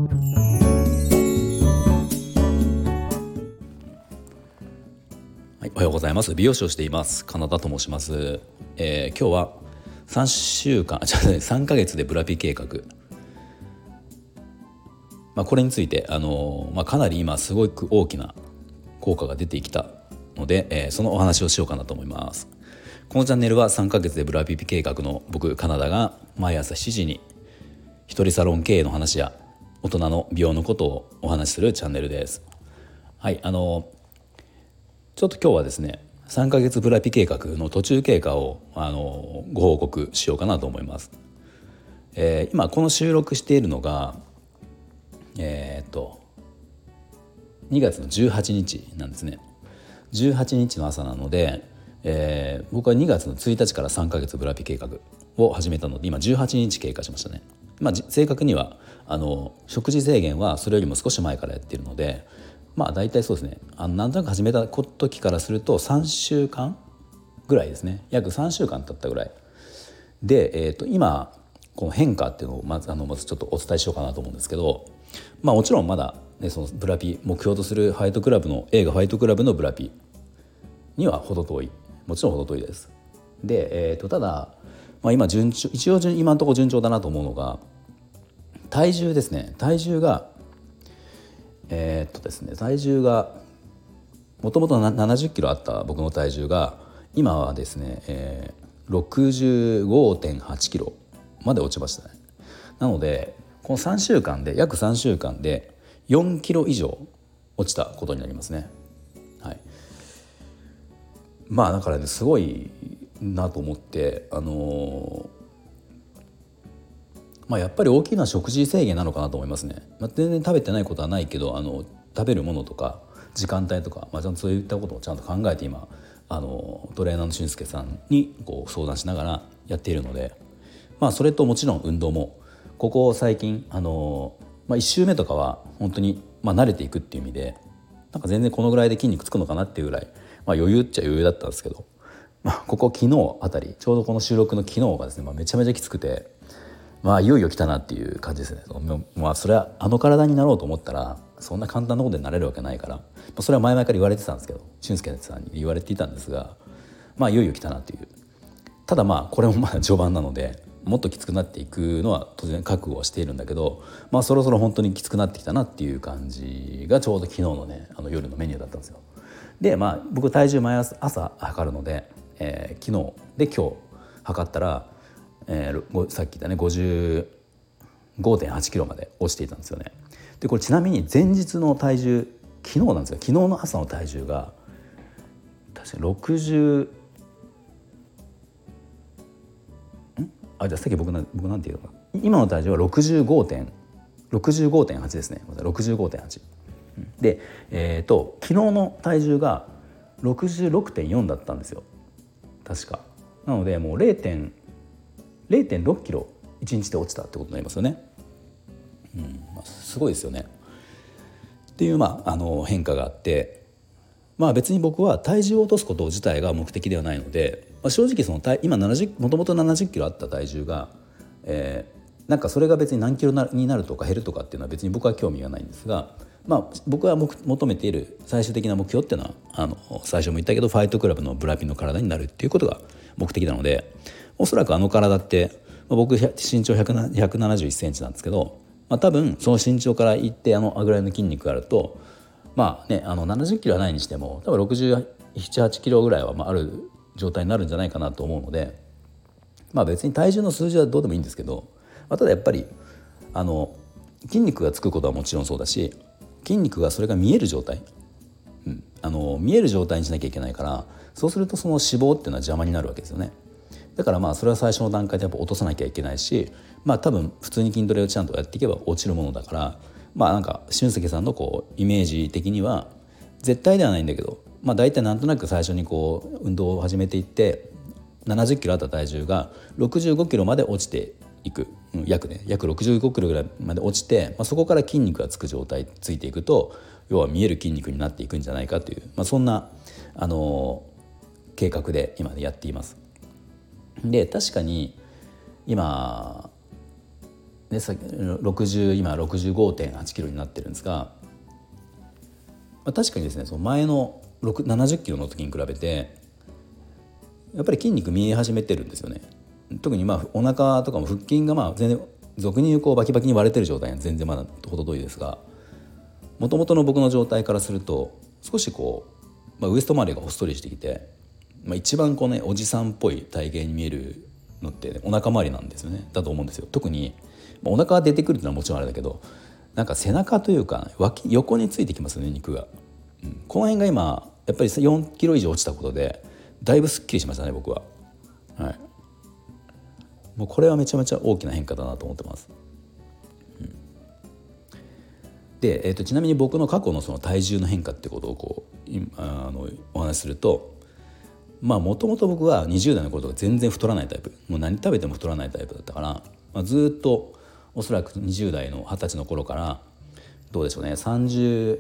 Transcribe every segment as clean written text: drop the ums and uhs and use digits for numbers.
はい、おはようございます。美容師をしていますカナダと申します。今日は3ヶ月でブラピ計画、これについてかなり今すごく大きな効果が出てきたので、そのお話をしようかなと思います。このチャンネルは3ヶ月でブラピ計画の僕カナダが毎朝7時に一人サロン経営の話や大人の美容のことをお話しするチャンネルです。はい、ちょっと今日はですね、3ヶ月ブラピ計画の途中経過をご報告しようかなと思います。今この収録しているのが2月の18日なんですね。18日の朝なので、僕は2月の1日から3ヶ月ブラピ計画を始めたので今18日経過しましたね。正確には食事制限はそれよりも少し前からやっているので、大体そうですね、なんとなく始めた時からすると3週間ぐらいですね。約3週間経ったぐらいで、今この変化っていうのをまずちょっとお伝えしようかなと思うんですけど、もちろんまだ、そのブラピ目標とする映画ファイトクラブのブラピには程遠い、もちろん程遠いです。で、ただ、今のところ順調だなと思うのが体重ですね。体重がもともと70キロあった僕の体重が今はですね、65.8 キロまで落ちましたね。なのでこの約3週間で4キロ以上落ちたことになりますね。はい、だからね、すごいなと思って、やっぱり大きな食事制限なのかなと思いますね。全然食べてないことはないけど食べるものとか時間帯とか、ちゃんとそういったことをちゃんと考えて今トレーナーの俊介さんに相談しながらやっているので、それともちろん運動もここ最近1週目とかは本当に慣れていくっていう意味で全然このぐらいで筋肉つくのかなっていうぐらい、余裕っちゃ余裕だったんですけど、ここ昨日あたりちょうどこの収録の昨日がですね、めちゃめちゃきつくて、いよいよ来たなっていう感じですね。それは体になろうと思ったらそんな簡単なことになれるわけないから、それは前々から言われてたんですけど、俊介さんに言われていたんですが、いよいよ来たなっていう。ただこれもまだ序盤なのでもっときつくなっていくのは当然覚悟はしているんだけど、そろそろ本当にきつくなってきたなっていう感じがちょうど昨日のね夜のメニューだったんですよ。で僕体重毎朝測るので、昨日で今日測ったら、さっき言ったね55.8 キロまで落ちていたんですよね。でこれちなみに前日の体重昨日なんですが、昨日の朝の体重が確かに60じゃあさっき僕なんていうのか、今の体重は65.8ですね。65.8で、昨日の体重が66.4だったんですよ確か。なのでもう0.6 キロ1日で落ちたってことになりますよね。すごいですよねっていう変化があって、別に僕は体重を落とすこと自体が目的ではないので、正直今もともと70キロあった体重が、それが別に何キロになるとか減るとかっていうのは別に僕は興味がないんですが、僕が求めている最終的な目標っていうのは最初も言ったけどファイトクラブのブラピの体になるっていうことが目的なので、おそらく体って、僕身長171センチなんですけど、多分その身長からいってぐらいの筋肉があると70キロはないにしても多分67、8キロぐらいはある状態になるんじゃないかなと思うので、別に体重の数字はどうでもいいんですけど、ただやっぱり筋肉がつくことはもちろんそうだし、筋肉がそれが見える状態、見える状態にしなきゃいけないから、そうするとその脂肪っていうのは邪魔になるわけですよね。だからそれは最初の段階でやっぱ落とさなきゃいけないし、多分普通に筋トレをちゃんとやっていけば落ちるものだから、俊介さんのイメージ的には絶対ではないんだけど、大体なんとなく最初に運動を始めていって70キロあった体重が65キロまで落ちていく、約65キロぐらいまで落ちて、そこから筋肉がつく状態ついていくと、要は見える筋肉になっていくんじゃないかという、そんな計画で今やっています。で確かに今で60今65.8 キロになってるんですが、確かにですねその前の70キロの時に比べてやっぱり筋肉見え始めてるんですよね。特にお腹とかも腹筋が全然俗に言うバキバキに割れてる状態は全然まだ程遠いですが、もともとの僕の状態からすると少しウエスト周りがほっそりしてきて、一番おじさんっぽい体型に見えるのって、お腹周りなんですよね。だと思うんですよ。特にお腹が出てくるっていうのはもちろんあれだけど、なんか背中というか横についてきますよね、肉が。この辺が今やっぱり4キロ以上落ちたことでだいぶすっきりしましたね、僕は。はい、もうこれはめちゃめちゃ大きな変化だなと思ってます。で、ちなみに僕の過去のその体重の変化ってことをお話しすると、もともと僕は20代の頃とか全然太らないタイプ、もう何食べても太らないタイプだったから、ずっとおそらく20代の20歳の頃からどうでしょうね、30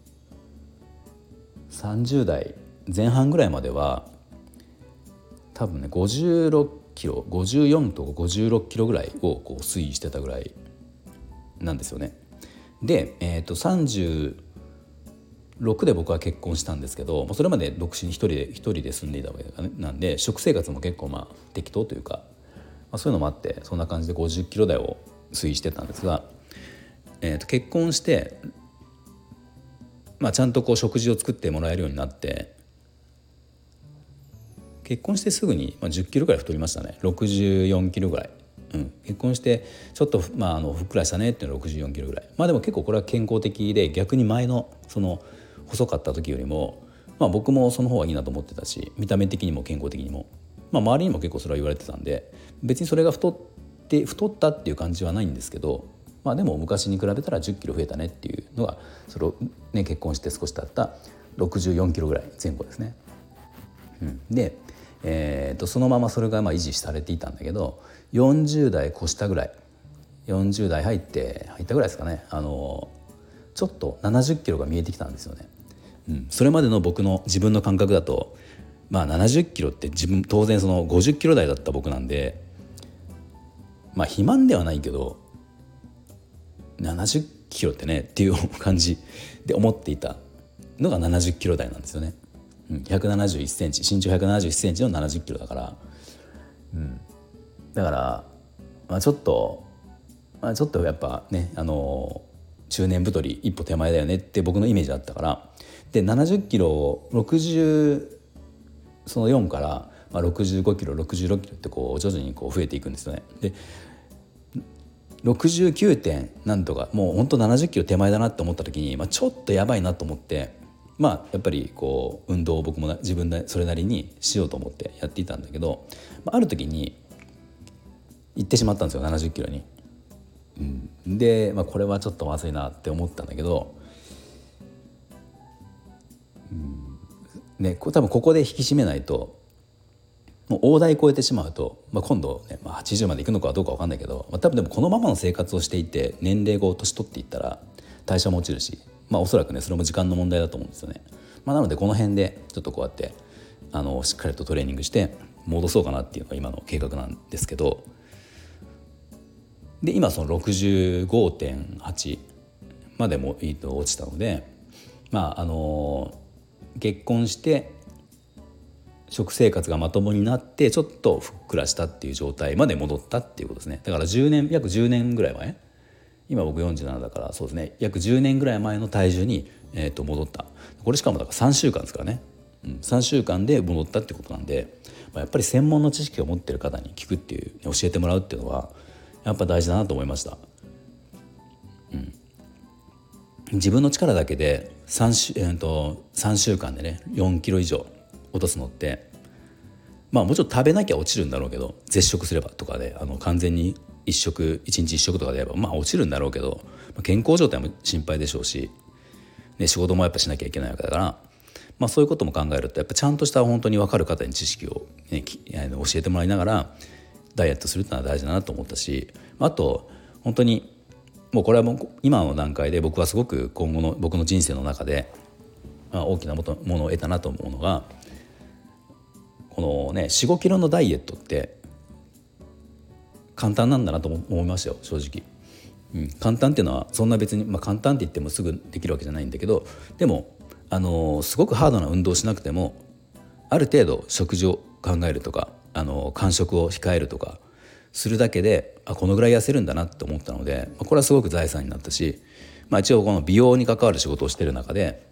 代前半ぐらいまでは多分ね56キロ54と56キロぐらいを推移してたぐらいなんですよね。で、36で僕は結婚したんですけど、それまで独身一人で住んでいたわけなんで、食生活も結構適当というか、そういうのもあってそんな感じで50キロ台を推移してたんですが、結婚して、ちゃんと食事を作ってもらえるようになって、結婚してすぐに10キロぐらい太りましたね。64キロぐらい、結婚してちょっとふっくらしたねっていうのは64キロぐらい。でも結構これは健康的で、逆に前のその細かった時よりも、僕もその方がいいなと思ってたし、見た目的にも健康的にも、周りにも結構それは言われてたんで、別にそれが太ったっていう感じはないんですけど、でも昔に比べたら10キロ増えたねっていうのが、それをね結婚して少し経った64キロぐらい前後ですね。で、そのままそれが維持されていたんだけど、40代越したぐらい、40代入ったぐらいですかね、ちょっと70キロが見えてきたんですよね。それまでの自分の感覚だと、70キロって当然その50キロ台だった僕なんで、肥満ではないけど70キロってねっていう感じで思っていたのが70キロ台なんですよね。171センチ、身長171センチの70キロだから、だから、ちょっとやっぱね、中年太り一歩手前だよねって僕のイメージだったから、で70キロを4から65キロ66キロって徐々に増えていくんですよね。で69点なんとか、もうほんと70キロ手前だなって思った時に、ちょっとやばいなと思って、やっぱり運動を僕も自分でそれなりにしようと思ってやっていたんだけど、ある時に行ってしまったんですよ、70キロに。で、これはちょっとまずいなって思ったんだけど、多分ここで引き締めないと、もう大台超えてしまうと、今度、80までいくのかどうか分かんないけど、多分でもこのままの生活をしていて年齢後年取っていったら代謝も落ちるし、おそらくねそれも時間の問題だと思うんですよね。なのでこの辺でちょっとこうやってしっかりとトレーニングして戻そうかなっていうのが今の計画なんですけど、で今その 65.8 までも落ちたので、結婚して食生活がまともになってちょっとふっくらしたっていう状態まで戻ったっていうことですね。だから約10年ぐらい前、今僕47だから、そうですね、約10年ぐらい前の体重に、戻った。これしかもだから3週間ですからね、3週間で戻ったってことなんで、やっぱり専門の知識を持ってる方に聞くっていう、教えてもらうっていうのはやっぱ大事だなと思いました。自分の力だけで3週間でね4キロ以上落とすのって、もちろん食べなきゃ落ちるんだろうけど、絶食すればとかで完全に1日1食とかでやれば落ちるんだろうけど、健康状態も心配でしょうし、仕事もやっぱしなきゃいけないわけだから、そういうことも考えるとやっぱちゃんとした本当に分かる方に知識を、教えてもらいながらダイエットするってのは大事だなと思ったし、あと本当にもうこれはもう今の段階で僕はすごく今後の僕の人生の中で、大きなものを得たなと思うのが、このね 4,5 キロのダイエットって簡単なんだなと思いましたよ、正直。 簡単っていうのはそんな別に、簡単って言ってもすぐできるわけじゃないんだけど、でもすごくハードな運動をしなくてもある程度食事を考えるとか間食を控えるとかするだけでこのぐらい痩せるんだなって思ったので、これはすごく財産になったし、一応この美容に関わる仕事をしている中で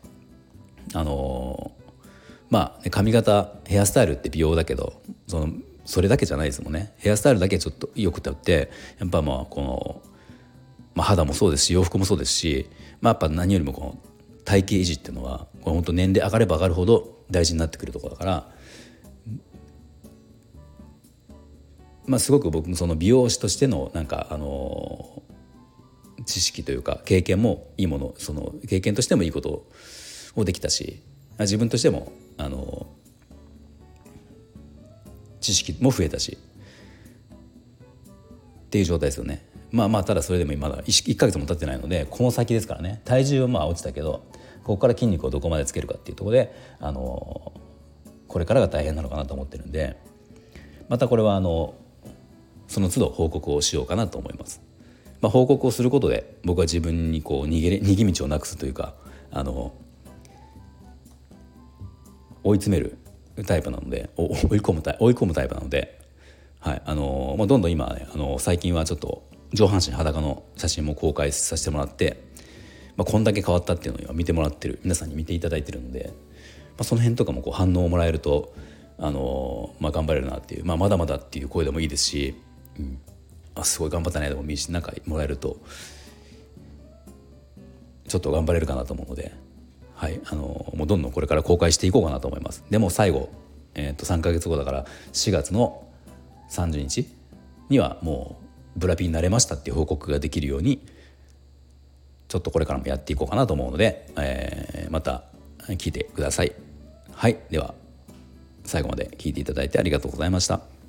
髪型ヘアスタイルって美容だけどそれだけじゃないですもんね。ヘアスタイルだけちょっとよくたってやっぱ肌もそうですし洋服もそうですし、やっぱ何よりもこの体型維持っていうのはこれ本当年齢上がれば上がるほど大事になってくるところだから、すごく僕もその美容師としての知識というか経験もいいもの、その経験としてもいいことをできたし、自分としても知識も増えたしっていう状態ですよね。ただそれでもまだ1ヶ月も経ってないのでこの先ですからね。体重は落ちたけどここから筋肉をどこまでつけるかっていうところでこれからが大変なのかなと思ってるんで、またこれはその都度報告をしようかなと思います。報告をすることで僕は自分に逃げ道をなくすというか追い詰めるタイプなので追い込むタイプなので、どんどん今ね最近はちょっと上半身裸の写真も公開させてもらって、こんだけ変わったっていうのを今見てもらってる皆さんに見ていただいてるので、その辺とかも反応をもらえると頑張れるなっていう、まだまだっていう声でもいいですし、すごい頑張ったねでもいいし、なんかもらえるとちょっと頑張れるかなと思うので、もうどんどんこれから公開していこうかなと思います。でも最後、3ヶ月後だから4月の30日にはもうブラピになれましたっていう報告ができるようにちょっとこれからもやっていこうかなと思うので、また聞いてください。では最後まで聞いていただいてありがとうございました。